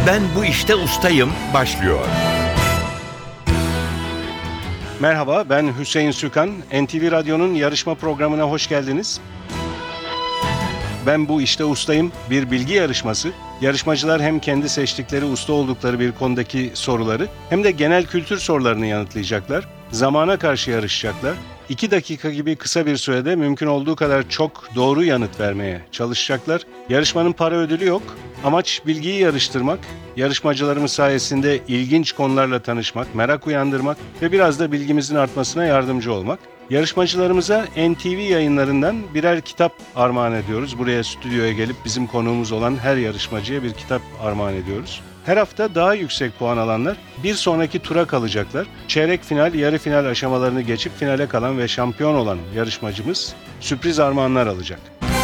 Ben bu işte ustayım başlıyor. Merhaba, ben Hüseyin Sükan. NTV Radyo'nun yarışma programına hoş geldiniz. Ben bu işte ustayım, bir bilgi yarışması. Yarışmacılar hem kendi seçtikleri usta oldukları bir konudaki soruları hem de genel kültür sorularını yanıtlayacaklar. Zamana karşı yarışacaklar. 2 dakika gibi kısa bir sürede mümkün olduğu kadar çok doğru yanıt vermeye çalışacaklar. Yarışmanın para ödülü yok. Amaç bilgiyi yarıştırmak, yarışmacılarımız sayesinde ilginç konularla tanışmak, merak uyandırmak ve biraz da bilgimizin artmasına yardımcı olmak. Yarışmacılarımıza NTV yayınlarından birer kitap armağan ediyoruz. Buraya stüdyoya gelip bizim konuğumuz olan her yarışmacıya bir kitap armağan ediyoruz. Her hafta daha yüksek puan alanlar bir sonraki tura kalacaklar. Çeyrek final, yarı final aşamalarını geçip finale kalan ve şampiyon olan yarışmacımız sürpriz armağanlar alacak.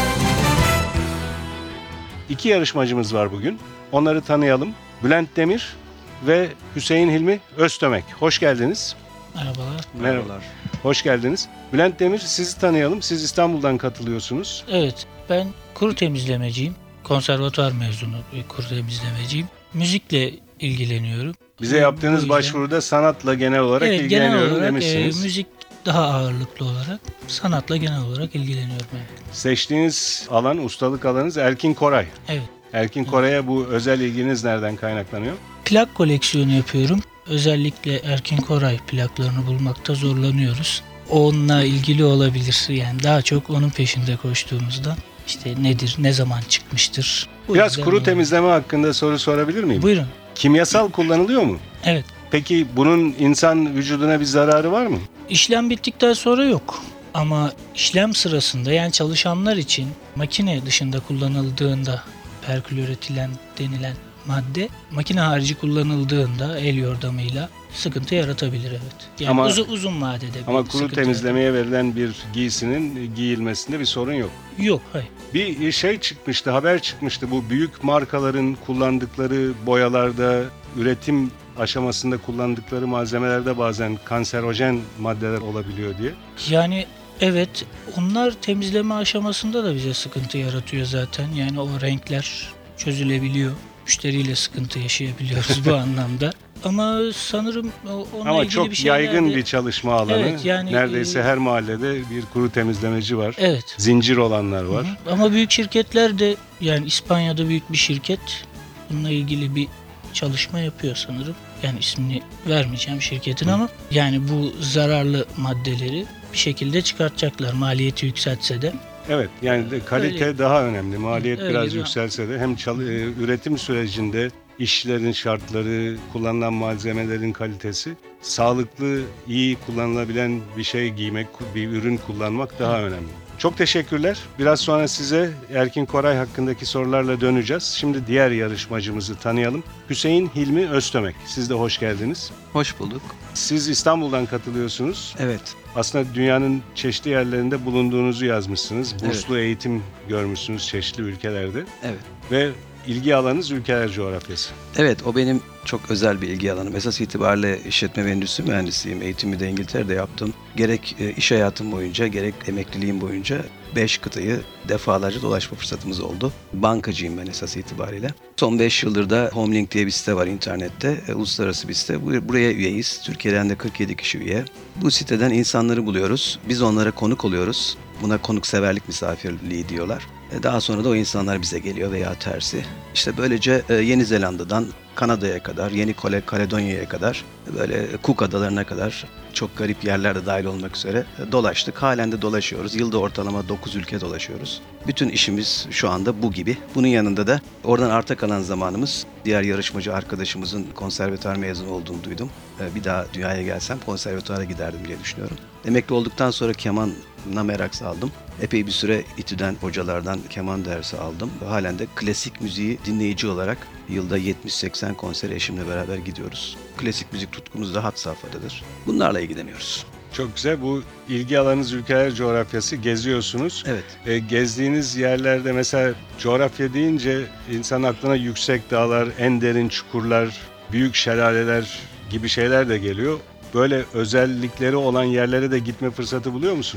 2 yarışmacımız var bugün. Onları tanıyalım. Bülent Demir ve Hüseyin Hilmi Öztömek. Hoş geldiniz. Merhabalar. Merhabalar. Hoş geldiniz. Bülent Demir, sizi tanıyalım. Siz İstanbul'dan katılıyorsunuz. Evet, ben kuru temizlemeciyim. Konservatuvar mezunu bir kuru temizlemeciyim. Müzikle ilgileniyorum. Bize yaptığınız yüzden, başvuruda sanatla genel olarak evet, ilgileniyorum genel olarak, demişsiniz. müzik daha ağırlıklı olarak sanatla genel olarak ilgileniyorum. Evet. Seçtiğiniz alan, ustalık alanınız Erkin Koray. Evet. Erkin Koray'a bu özel ilginiz nereden kaynaklanıyor? Plak koleksiyonu yapıyorum. Özellikle Erkin Koray plaklarını bulmakta zorlanıyoruz. Onunla ilgili olabilir. Yani daha çok onun peşinde koştuğumuzdan. İşte nedir, ne zaman çıkmıştır. Bu Biraz yüzden kuru temizleme hakkında soru sorabilir miyim? Buyurun. Kimyasal kullanılıyor mu? Evet. Peki bunun insan vücuduna bir zararı var mı? İşlem bittikten sonra yok. Ama işlem sırasında, yani çalışanlar için makine dışında kullanıldığında perkloretilen denilen madde makine harici kullanıldığında el yordamıyla sıkıntı yaratabilir, evet. Yani Ama- uzun vadede bir Ama kuru sıkıntı temizlemeye verilen bir giysinin giyilmesinde bir sorun yok. Yok, hayır. Bir şey çıkmıştı, haber çıkmıştı. Bu büyük markaların kullandıkları boyalarda, üretim aşamasında kullandıkları malzemelerde bazen kanserojen maddeler olabiliyor diye. Yani evet, onlar temizleme aşamasında da bize sıkıntı yaratıyor zaten. Yani o renkler çözülebiliyor. Müşteriyle sıkıntı yaşayabiliyoruz bu anlamda. Ama sanırım onunla Ama ilgili çok bir şeyler yaygın de- bir çalışma alanı. Evet, yani, neredeyse her mahallede bir kuru temizlemeci var. Evet. Zincir olanlar var. Hı. Ama büyük şirketler de, yani İspanya'da büyük bir şirket bununla ilgili bir çalışma yapıyor sanırım. Yani ismini vermeyeceğim şirketin ama yani bu zararlı maddeleri bir şekilde çıkartacaklar, maliyeti yükseltse de. Evet, yani de kalite Öyle. daha önemli. Maliyet Öyle biraz bir- yükselse de hem üretim sürecinde işçilerin şartları, kullanılan malzemelerin kalitesi, sağlıklı, iyi kullanılabilen bir şey giymek, bir ürün kullanmak daha önemli. Çok teşekkürler. Biraz sonra size Erkin Koray hakkındaki sorularla döneceğiz. Şimdi diğer yarışmacımızı tanıyalım. Hüseyin Hilmi Öztömek. Siz de hoş geldiniz. Hoş bulduk. Siz İstanbul'dan katılıyorsunuz. Evet, Aslında dünyanın çeşitli yerlerinde bulunduğunuzu yazmışsınız. Burslu eğitim görmüşsünüz çeşitli ülkelerde. evet. Ve ilgi alanınız ülkeler coğrafyası. Evet, o benim çok özel bir ilgi alanım. Esas itibariyle işletme ve endüstri mühendisiyim. Eğitimi de İngiltere'de yaptım. Gerek iş hayatım boyunca, gerek emekliliğim boyunca 5 kıtayı defalarca dolaşma fırsatımız oldu. Bankacıyım ben esas itibariyle. Son 5 yıldır da Homelink diye bir site var internette. Uluslararası bir site. Buraya üyeyiz. Türkiye'den de 47 kişi üye. Bu siteden insanları buluyoruz. Biz onlara konuk oluyoruz. Buna konukseverlik misafirliği diyorlar. Daha sonra da o insanlar bize geliyor veya tersi. İşte böylece Yeni Zelanda'dan Kanada'ya kadar, Yeni Kaledonya'ya kadar, böyle Cook Adalarına kadar çok garip yerlerde dahil olmak üzere dolaştık. Halen de dolaşıyoruz. Yılda ortalama 9 ülke dolaşıyoruz. Bütün işimiz şu anda bu gibi. Bunun yanında da oradan arta kalan zamanımız diğer yarışmacı arkadaşımızın konservatuar mezunu olduğunu duydum. Bir daha dünyaya gelsem konservatuara giderdim diye düşünüyorum. Emekli olduktan sonra kemana merak saldım. Epey bir süre İTÜ'den hocalardan keman dersi aldım. Halen de klasik müziği dinleyici olarak yılda 70-80 konsere eşimle beraber gidiyoruz. Klasik müzik tutkumuz da had safhadadır. Bunlarla ilgileniyoruz. Çok güzel. Bu ilgi alanınız ülkeler coğrafyası. Geziyorsunuz. Evet. Gezdiğiniz yerlerde mesela coğrafya deyince insan aklına yüksek dağlar, en derin çukurlar, büyük şelaleler gibi şeyler de geliyor. Böyle özellikleri olan yerlere de gitme fırsatı buluyor musunuz?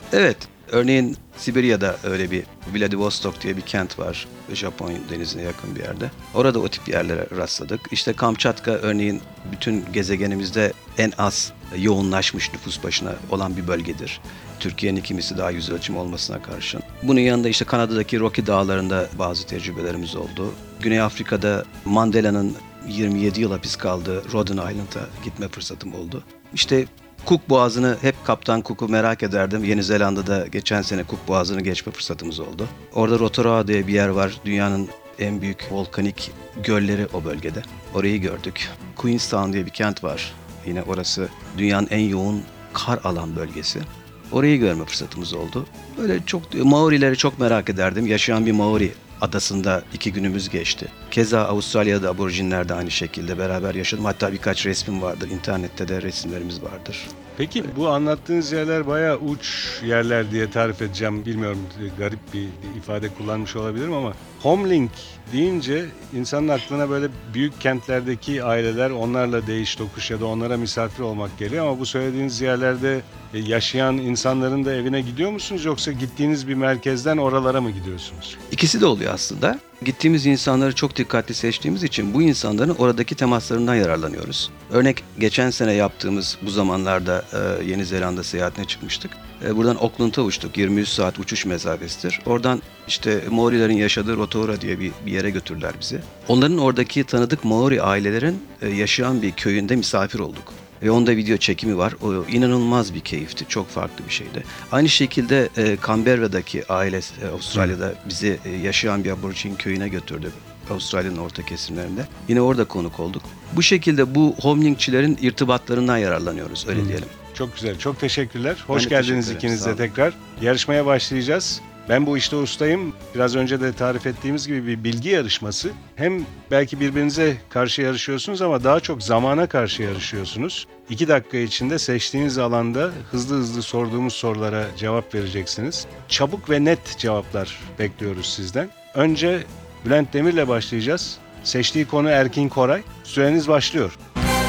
Evet, örneğin Sibirya'da öyle bir Vladivostok diye bir kent var. Japon denizine yakın bir yerde. Orada o tip yerlere rastladık. İşte Kamçatka örneğin bütün gezegenimizde en az yoğunlaşmış nüfus başına olan bir bölgedir. Türkiye'nin ikimisi daha yüz ölçümü olmasına karşın. Bunun yanında işte Kanada'daki Rocky Dağları'nda bazı tecrübelerimiz oldu. Güney Afrika'da Mandela'nın 27 yıl hapis kaldığı Robben Island'a gitme fırsatım oldu. İşte Cook Boğazı'nı hep Kaptan Cook'u merak ederdim. Yeni Zelanda'da geçen sene Cook Boğazı'nı geçme fırsatımız oldu. Orada Rotorua diye bir yer var. Dünyanın en büyük volkanik gölleri o bölgede. Orayı gördük. Queenstown diye bir kent var. Yine orası dünyanın en yoğun kar alan bölgesi. Orayı görme fırsatımız oldu. Böyle çok Maori'leri çok merak ederdim. Yaşayan bir Maori adasında 2 günümüz geçti. Keza Avustralya'da aborjinler de aynı şekilde beraber yaşadım. Hatta birkaç resmim vardır. İnternette de resimlerimiz vardır. Peki bu anlattığınız yerler bayağı uç yerler diye tarif edeceğim. Bilmiyorum, garip bir ifade kullanmış olabilirim ama homelink deyince insanın aklına böyle büyük kentlerdeki aileler, onlarla değiş tokuş ya da onlara misafir olmak geliyor ama bu söylediğiniz yerlerde yaşayan insanların da evine gidiyor musunuz yoksa gittiğiniz bir merkezden oralara mı gidiyorsunuz? İkisi de oluyor aslında. Gittiğimiz insanları çok dikkatli seçtiğimiz için bu insanların oradaki temaslarından yararlanıyoruz. Örnek geçen sene yaptığımız bu zamanlarda Yeni Zelanda seyahatine çıkmıştık. Buradan Auckland'a uçtuk. 23 saat uçuş mesafesidir. Oradan işte Maori'lerin yaşadığı Rotorua diye bir yere götürdüler bizi. Onların oradaki tanıdık Maori ailelerin yaşayan bir köyünde misafir olduk. Ve onda video çekimi var. O inanılmaz bir keyifti. Çok farklı bir şeydi. Aynı şekilde Canberra'daki aile Avustralya'da bizi yaşayan bir aborjin köyüne götürdü. Avustralya'nın orta kesimlerinde. Yine orada konuk olduk. Bu şekilde bu homelinkçilerin irtibatlarından yararlanıyoruz. Öyle diyelim. Çok güzel. Çok teşekkürler. Ben Hoş de geldiniz teşekkür ikiniz de ederim. tekrar. Yarışmaya başlayacağız. Ben bu işte ustayım. Biraz önce de tarif ettiğimiz gibi bir bilgi yarışması. Hem belki birbirinize karşı yarışıyorsunuz ama daha çok zamana karşı yarışıyorsunuz. 2 dakika içinde seçtiğiniz alanda hızlı hızlı sorduğumuz sorulara cevap vereceksiniz. Çabuk ve net cevaplar bekliyoruz sizden. Önce Bülent Demir'le başlayacağız. Seçtiği konu Erkin Koray. Süreniz başlıyor.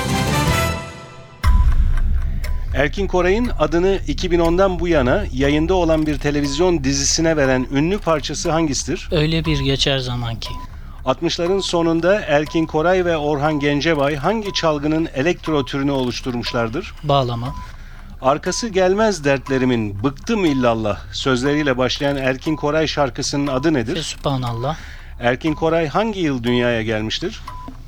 Erkin Koray'ın adını 2010'dan bu yana yayında olan bir televizyon dizisine veren ünlü parçası hangisidir? Öyle bir geçer zaman ki. 60'ların sonunda Erkin Koray ve Orhan Gencebay hangi çalgının elektro türünü oluşturmuşlardır? Bağlama. Arkası gelmez dertlerimin, bıktım illallah sözleriyle başlayan Erkin Koray şarkısının adı nedir? Fesubhanallah. Erkin Koray hangi yıl dünyaya gelmiştir?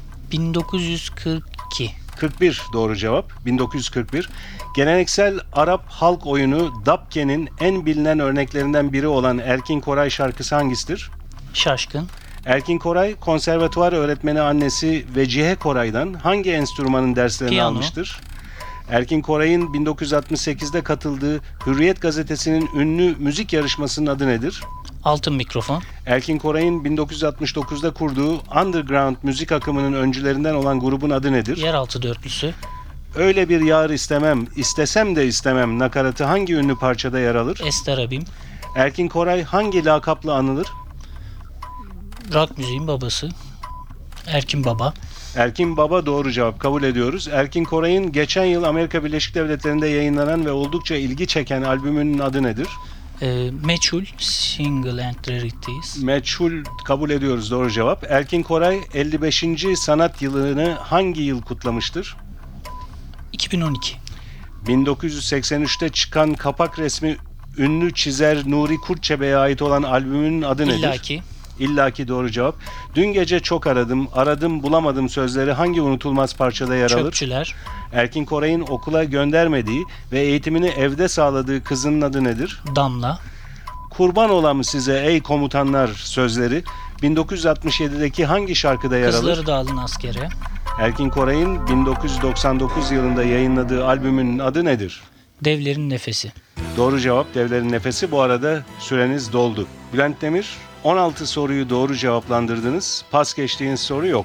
1942. 41 doğru cevap. 1941. Geleneksel Arap halk oyunu Dabke'nin en bilinen örneklerinden biri olan Erkin Koray şarkısı hangisidir? Şaşkın. Erkin Koray, konservatuvar öğretmeni annesi Vecihe Koray'dan hangi enstrümanın derslerini Piyano. almıştır? Erkin Koray'ın 1968'de katıldığı Hürriyet gazetesinin ünlü müzik yarışmasının adı nedir? Altın mikrofon. Erkin Koray'ın 1969'da kurduğu underground müzik akımının öncülerinden olan grubun adı nedir? Yeraltı dörtlüsü. Öyle bir yar istemem, istesem de istemem nakaratı hangi ünlü parçada yer alır? Estarabim. Erkin Koray hangi lakapla anılır? Rock müziğin babası. Erkin Baba. Erkin Baba doğru cevap, kabul ediyoruz. Erkin Koray'ın geçen yıl Amerika Birleşik Devletleri'nde yayınlanan ve oldukça ilgi çeken albümünün adı nedir? Meçhul. Single and Rarities. Meçhul, kabul ediyoruz, doğru cevap. Erkin Koray 55. sanat yılını hangi yıl kutlamıştır? 2012. 1983'te çıkan kapak resmi ünlü çizer Nuri Kurtçebe'ye ait olan albümünün adı nedir? İllaki. İllaki doğru cevap. Dün gece çok aradım bulamadım sözleri hangi unutulmaz parçada yer alır? Çöpçüler. Erkin Koray'ın okula göndermediği ve eğitimini evde sağladığı kızının adı nedir? Damla. Kurban olam size ey komutanlar sözleri 1967'deki hangi şarkıda yer alır? Kızları da alın askere. Erkin Koray'ın 1999 yılında yayınladığı albümün adı nedir? Devlerin Nefesi. Doğru cevap Devlerin Nefesi. Bu arada süreniz doldu. Bülent Demir, 16 soruyu doğru cevaplandırdınız. Pas geçtiğiniz soru yok.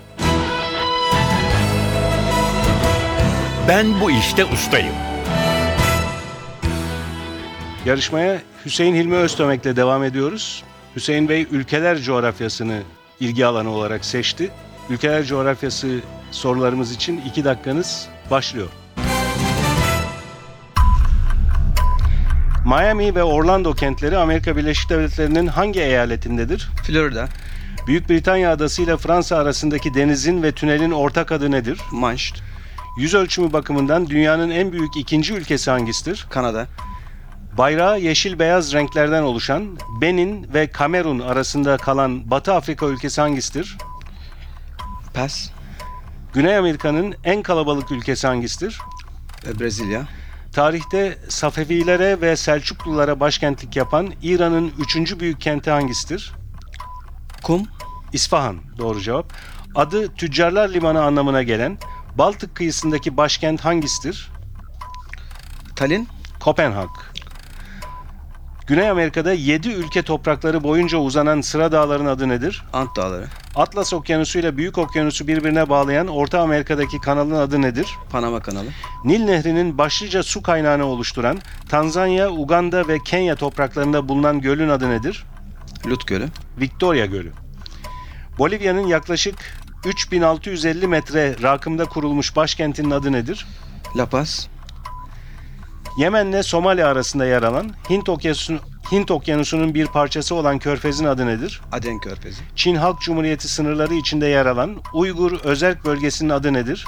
Ben bu işte ustayım. Yarışmaya Hüseyin Hilmi Öztömek'le devam ediyoruz. Hüseyin Bey ülkeler coğrafyasını ilgi alanı olarak seçti. Ülkeler coğrafyası sorularımız için 2 dakikanız başlıyor. Miami ve Orlando kentleri Amerika Birleşik Devletleri'nin hangi eyaletindedir? Florida, Büyük Britanya adası ile Fransa arasındaki denizin ve tünelin ortak adı nedir? Manş, Yüz ölçümü bakımından dünyanın en büyük ikinci ülkesi hangisidir? Kanada, Bayrağı yeşil beyaz renklerden oluşan Benin ve Kamerun arasında kalan Batı Afrika ülkesi hangisidir? Pas, Güney Amerika'nın en kalabalık ülkesi hangisidir? Brezilya, Tarihte Safevilere ve Selçuklulara başkentlik yapan İran'ın 3. büyük kenti hangisidir? Kum, İsfahan doğru cevap. Adı Tüccarlar Limanı anlamına gelen Baltık kıyısındaki başkent hangisidir? Tallinn, Kopenhag. Güney Amerika'da 7 ülke toprakları boyunca uzanan sıra dağların adı nedir? Ant Dağları, Atlas Okyanusu ile Büyük Okyanusu birbirine bağlayan Orta Amerika'daki kanalın adı nedir? Panama Kanalı, Nil Nehri'nin başlıca su kaynağını oluşturan Tanzanya, Uganda ve Kenya topraklarında bulunan gölün adı nedir? Lut Gölü, Victoria Gölü. Bolivya'nın yaklaşık 3650 metre rakımda kurulmuş başkentinin adı nedir? La Paz, Yemen'le Somali arasında yer alan Hint Okyanusu'nun bir parçası olan körfezin adı nedir? Aden Körfezi, Çin Halk Cumhuriyeti sınırları içinde yer alan Uygur Özerk Bölgesi'nin adı nedir?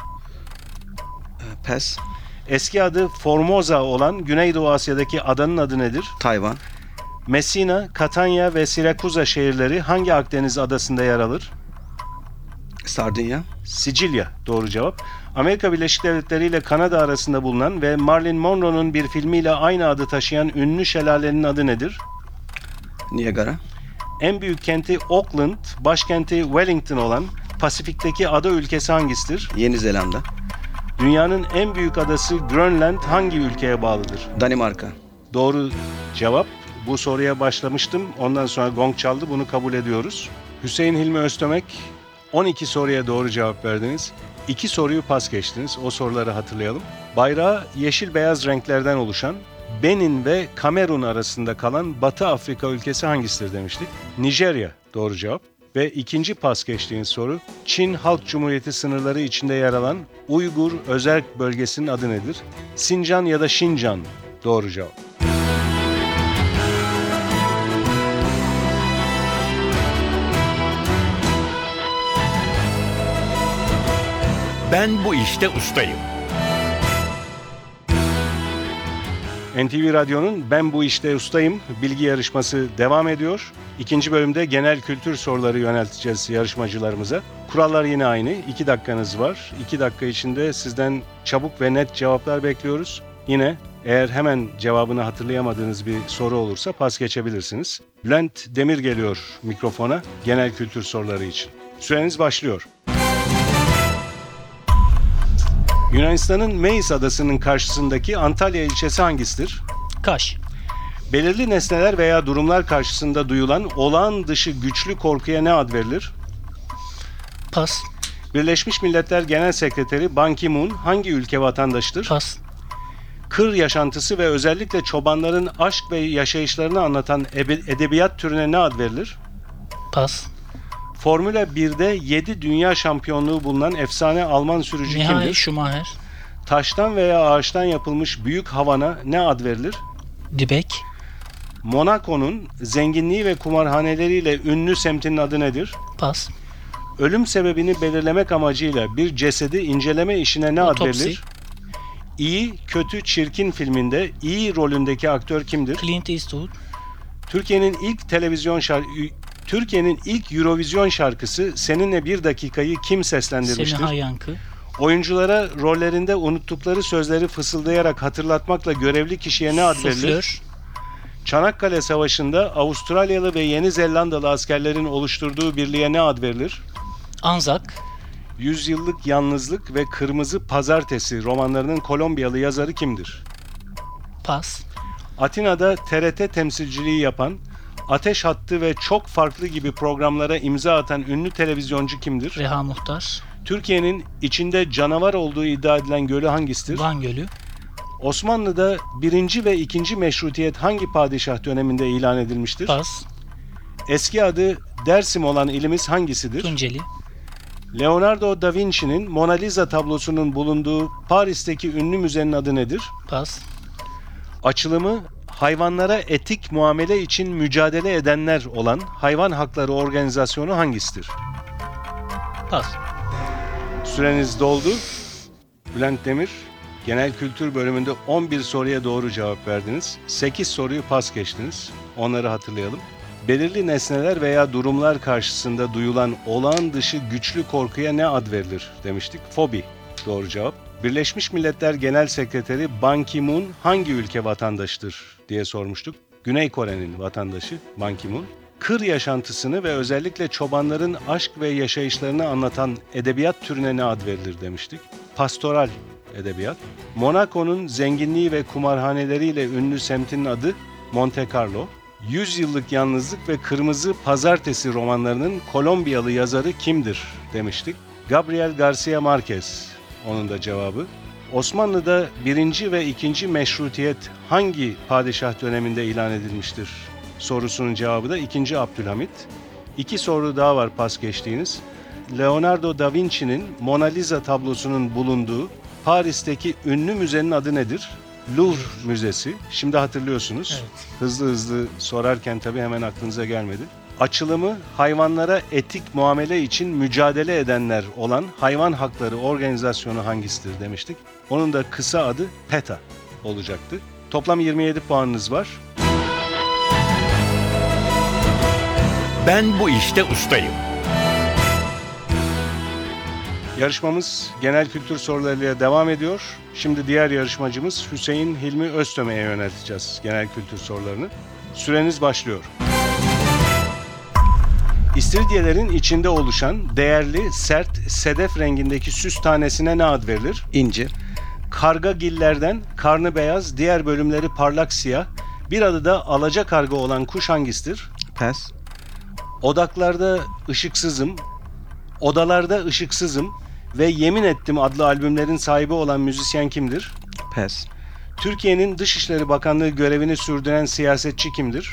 Pes, Eski adı Formosa olan Güneydoğu Asya'daki adanın adı nedir? Tayvan, Messina, Catania ve Sirakuza şehirleri hangi Akdeniz adasında yer alır? Sardinya, Sicilya doğru cevap. Amerika Birleşik Devletleri ile Kanada arasında bulunan ve Marilyn Monroe'nun bir filmiyle aynı adı taşıyan ünlü şelalenin adı nedir? Niagara, En büyük kenti Auckland, başkenti Wellington olan Pasifik'teki ada ülkesi hangisidir? Yeni Zelanda, Dünyanın en büyük adası Grönland hangi ülkeye bağlıdır? Danimarka, Doğru cevap. Bu soruya başlamıştım. Ondan sonra gong çaldı. Bunu kabul ediyoruz. Hüseyin Hilmi Öztömek 12 soruya doğru cevap verdiniz. 2 soruyu pas geçtiniz. O soruları hatırlayalım. Bayrağı yeşil beyaz renklerden oluşan Benin ve Kamerun arasında kalan Batı Afrika ülkesi hangisidir demiştik. Nijerya doğru cevap. Ve ikinci pas geçtiğiniz soru Çin Halk Cumhuriyeti sınırları içinde yer alan Uygur Özerk Bölgesi'nin adı nedir? Sincan ya da Şincan doğru cevap. Ben bu işte ustayım. NTV Radyo'nun Ben Bu İşte Ustayım bilgi yarışması devam ediyor. İkinci bölümde genel kültür soruları yönelteceğiz yarışmacılarımıza. Kurallar yine aynı. 2 dakikanız var. 2 dakika içinde sizden çabuk ve net cevaplar bekliyoruz. Yine eğer hemen cevabını hatırlayamadığınız bir soru olursa pas geçebilirsiniz. Bülent Demir geliyor mikrofona genel kültür soruları için. Süreniz başlıyor. Yunanistan'ın Meis adasının karşısındaki Antalya ilçesi hangisidir? Kaş, Belirli nesneler veya durumlar karşısında duyulan olağan dışı güçlü korkuya ne ad verilir? pas, Birleşmiş Milletler Genel Sekreteri Ban Ki-moon hangi ülke vatandaşıdır? pas, Kır yaşantısı ve özellikle çobanların aşk ve yaşayışlarını anlatan edebiyat türüne ne ad verilir? pas, Formula 1'de 7 dünya şampiyonluğu bulunan efsane Alman sürücü Michael kimdir? Schumacher, Taştan veya ağaçtan yapılmış büyük havana ne ad verilir? Dibek, Monaco'nun zenginliği ve kumarhaneleriyle ünlü semtinin adı nedir? pas, Ölüm sebebini belirlemek amacıyla bir cesedi inceleme işine ne ad Otopsi. verilir? İyi, Kötü, Çirkin filminde iyi rolündeki aktör kimdir? Clint Eastwood, Türkiye'nin ilk Eurovision şarkısı Seninle Bir Dakikayı kim seslendirmiştir? Semiha Yankı, Oyunculara rollerinde unuttukları sözleri fısıldayarak hatırlatmakla görevli kişiye ne ad verilir? Suflör, Çanakkale Savaşı'nda Avustralyalı ve Yeni Zelandalı askerlerin oluşturduğu birliğe ne ad verilir? Anzak, Yüzyıllık Yalnızlık ve Kırmızı Pazartesi romanlarının Kolombiyalı yazarı kimdir? pas, Atina'da TRT temsilciliği yapan, Ateş Hattı ve Çok Farklı gibi programlara imza atan ünlü televizyoncu kimdir? Reha Muhtar, Türkiye'nin içinde canavar olduğu iddia edilen gölü hangisidir? Van Gölü, Osmanlı'da 1. ve 2. meşrutiyet hangi padişah döneminde ilan edilmiştir? pas, Eski adı Dersim olan ilimiz hangisidir? Tunceli, Leonardo da Vinci'nin Mona Lisa tablosunun bulunduğu Paris'teki ünlü müzenin adı nedir? pas, Açılımı hayvanlara etik muamele için mücadele edenler olan hayvan hakları organizasyonu hangisidir? Pas. Süreniz doldu. Bülent Demir, genel kültür bölümünde 11 soruya doğru cevap verdiniz. 8 soruyu pas geçtiniz. Onları hatırlayalım. Belirli nesneler veya durumlar karşısında duyulan olağan dışı güçlü korkuya ne ad verilir demiştik. Fobi doğru cevap. Birleşmiş Milletler Genel Sekreteri Ban Ki-moon hangi ülke vatandaşıdır diye sormuştuk. Güney Kore'nin vatandaşı Ban Ki-moon. Kır yaşantısını ve özellikle çobanların aşk ve yaşayışlarını anlatan edebiyat türüne ne ad verilir demiştik. Pastoral edebiyat. Monaco'nun zenginliği ve kumarhaneleriyle ünlü semtinin adı Monte Carlo. 100 Yıllık Yalnızlık ve Kırmızı Pazartesi romanlarının Kolombiyalı yazarı kimdir demiştik. Gabriel García Márquez onun da cevabı. Osmanlı'da 1. ve 2. meşrutiyet hangi padişah döneminde ilan edilmiştir sorusunun cevabı da 2. Abdülhamit. 2 soru daha var pas geçtiğiniz. Leonardo da Vinci'nin Mona Lisa tablosunun bulunduğu Paris'teki ünlü müzenin adı nedir? Louvre Müzesi. Şimdi hatırlıyorsunuz. Evet. Hızlı hızlı sorarken tabii hemen aklınıza gelmedi. Açılımı hayvanlara etik muamele için mücadele edenler olan Hayvan Hakları Organizasyonu hangisidir demiştik. Onun da kısa adı PETA olacaktı. Toplam 27 puanınız var. Ben bu işte ustayım. Yarışmamız genel kültür sorularıyla devam ediyor. Şimdi diğer yarışmacımız Hüseyin Hilmi Öztöme'ye yönelteceğiz genel kültür sorularını. Süreniz başlıyor. İstiridyelerin içinde oluşan değerli, sert, sedef rengindeki süs tanesine ne ad verilir? İnci. Kargagillerden karnı beyaz, diğer bölümleri parlak siyah, bir adı da alacakarga olan kuş hangisidir? Pes. Odalarda ışıksızım ve Yemin Ettim adlı albümlerin sahibi olan müzisyen kimdir? Pes. Türkiye'nin Dışişleri Bakanlığı görevini sürdüren siyasetçi kimdir?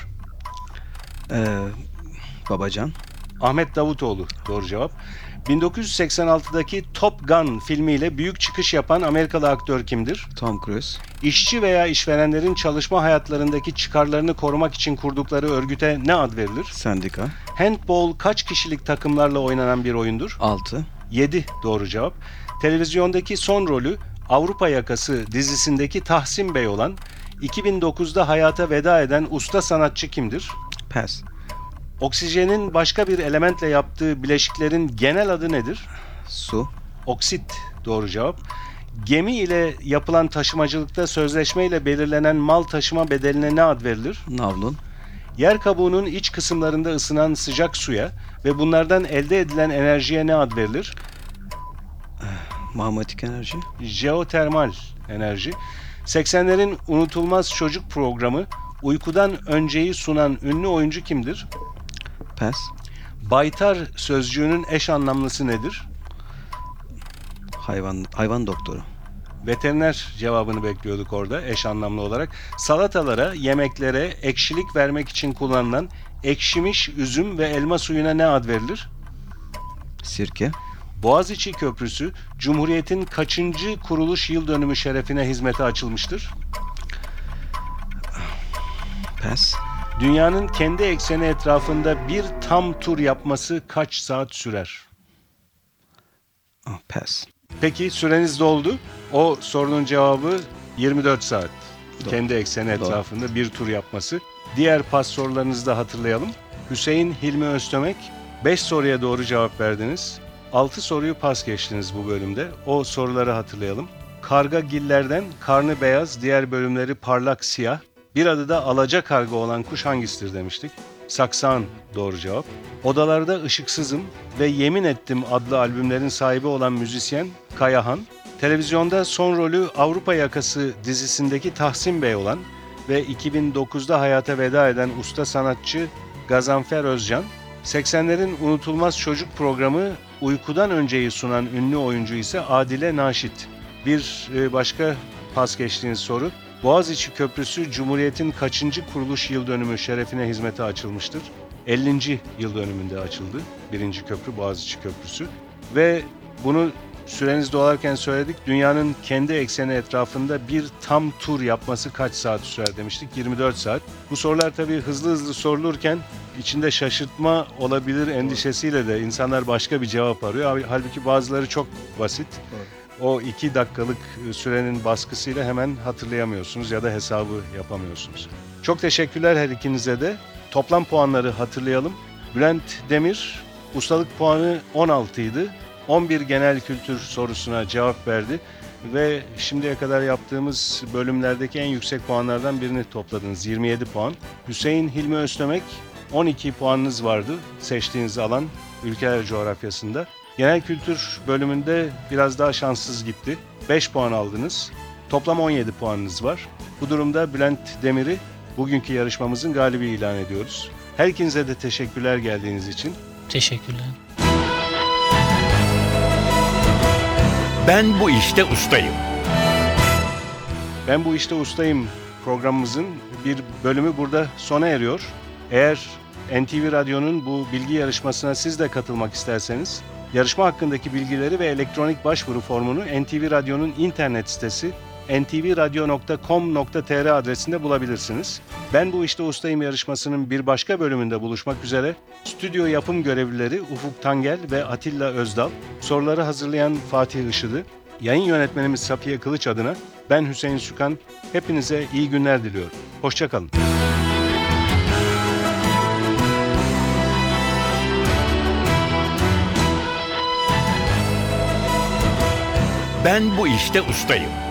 Babacan. Ahmet Davutoğlu doğru cevap. 1986'daki Top Gun filmiyle büyük çıkış yapan Amerikalı aktör kimdir? Tom Cruise. İşçi veya işverenlerin çalışma hayatlarındaki çıkarlarını korumak için kurdukları örgüte ne ad verilir? Sendika. Handball kaç kişilik takımlarla oynanan bir oyundur? 6. 7 doğru cevap. Televizyondaki son rolü Avrupa Yakası dizisindeki Tahsin Bey olan 2009'da hayata veda eden usta sanatçı kimdir? Pes. Oksijenin başka bir elementle yaptığı bileşiklerin genel adı nedir? Su. Oksit doğru cevap. Gemi ile yapılan taşımacılıkta sözleşmeyle belirlenen mal taşıma bedeline ne ad verilir? Navlun. Yer kabuğunun iç kısımlarında ısınan sıcak suya ve bunlardan elde edilen enerjiye ne ad verilir? Manyetik enerji. Jeotermal enerji. 80'lerin unutulmaz çocuk programı Uykudan Önce'yi sunan ünlü oyuncu kimdir? Pes. Baytar sözcüğünün eş anlamlısı nedir? Hayvan doktoru. Veteriner cevabını bekliyorduk orada eş anlamlı olarak. Salatalara, yemeklere ekşilik vermek için kullanılan ekşimiş üzüm ve elma suyuna ne ad verilir? Sirke. Boğaziçi Köprüsü, Cumhuriyet'in kaçıncı kuruluş yıl dönümü şerefine hizmete açılmıştır? Pes. Dünyanın kendi ekseni etrafında bir tam tur yapması kaç saat sürer? Pes. Peki süreniz doldu. O sorunun cevabı 24 saat. Doğru. Kendi ekseni Doğru. etrafında bir tur yapması. Diğer pas sorularınızı da hatırlayalım. Hüseyin Hilmi Öztömek 5 soruya doğru cevap verdiniz. 6 soruyu pas geçtiniz bu bölümde. O soruları hatırlayalım. Kargagillerden karnı beyaz, diğer bölümleri parlak siyah. Bir adı da alacakarga olan kuş hangisidir demiştik. Saksağan doğru cevap. Odalarda ışıksızım ve Yemin Ettim adlı albümlerin sahibi olan müzisyen Kayahan. Televizyonda son rolü Avrupa Yakası dizisindeki Tahsin Bey olan ve 2009'da hayata veda eden usta sanatçı Gazanfer Özcan. 80'lerin unutulmaz çocuk programı Uykudan Önce'yi sunan ünlü oyuncu ise Adile Naşit. Bir başka pas geçtiğiniz soru. Boğaziçi Köprüsü Cumhuriyet'in kaçıncı kuruluş yıl dönümü şerefine hizmete açılmıştır? 50. yıl dönümünde açıldı. 1. köprü Boğaziçi Köprüsü. Ve bunu süreniz dolarken söyledik. Dünyanın kendi ekseni etrafında bir tam tur yapması kaç saat sürer demiştik? 24 saat. Bu sorular tabii hızlı hızlı sorulurken içinde şaşırtma olabilir endişesiyle de insanlar başka bir cevap arıyor. Halbuki bazıları çok basit. O 2 dakikalık sürenin baskısıyla hemen hatırlayamıyorsunuz ya da hesabı yapamıyorsunuz. Çok teşekkürler her ikinize de. Toplam puanları hatırlayalım. Bülent Demir ustalık puanı 16 idi. 11 genel kültür sorusuna cevap verdi ve şimdiye kadar yaptığımız bölümlerdeki en yüksek puanlardan birini topladınız. 27 puan. Hüseyin Hilmi Öztömek 12 puanınız vardı seçtiğiniz alan ülkeler coğrafyasında. Genel kültür bölümünde biraz daha şanssız gitti. 5 puan aldınız. Toplam 17 puanınız var. Bu durumda Bülent Demir'i bugünkü yarışmamızın galibi ilan ediyoruz. Her ikinize de teşekkürler geldiğiniz için. Teşekkürler. Ben bu işte ustayım. Ben bu işte ustayım programımızın bir bölümü burada sona eriyor. Eğer NTV Radyo'nun bu bilgi yarışmasına siz de katılmak isterseniz, yarışma hakkındaki bilgileri ve elektronik başvuru formunu NTV Radyo'nun internet sitesi ntvradio.com.tr adresinde bulabilirsiniz. Ben bu işte ustayım yarışmasının bir başka bölümünde buluşmak üzere. Stüdyo yapım görevlileri Ufuk Tangel ve Atilla Özdal, soruları hazırlayan Fatih Işıdı, yayın yönetmenimiz Safiye Kılıç adına ben Hüseyin Sükan, hepinize iyi günler diliyorum. Hoşça kalın. Ben bu işte ustayım.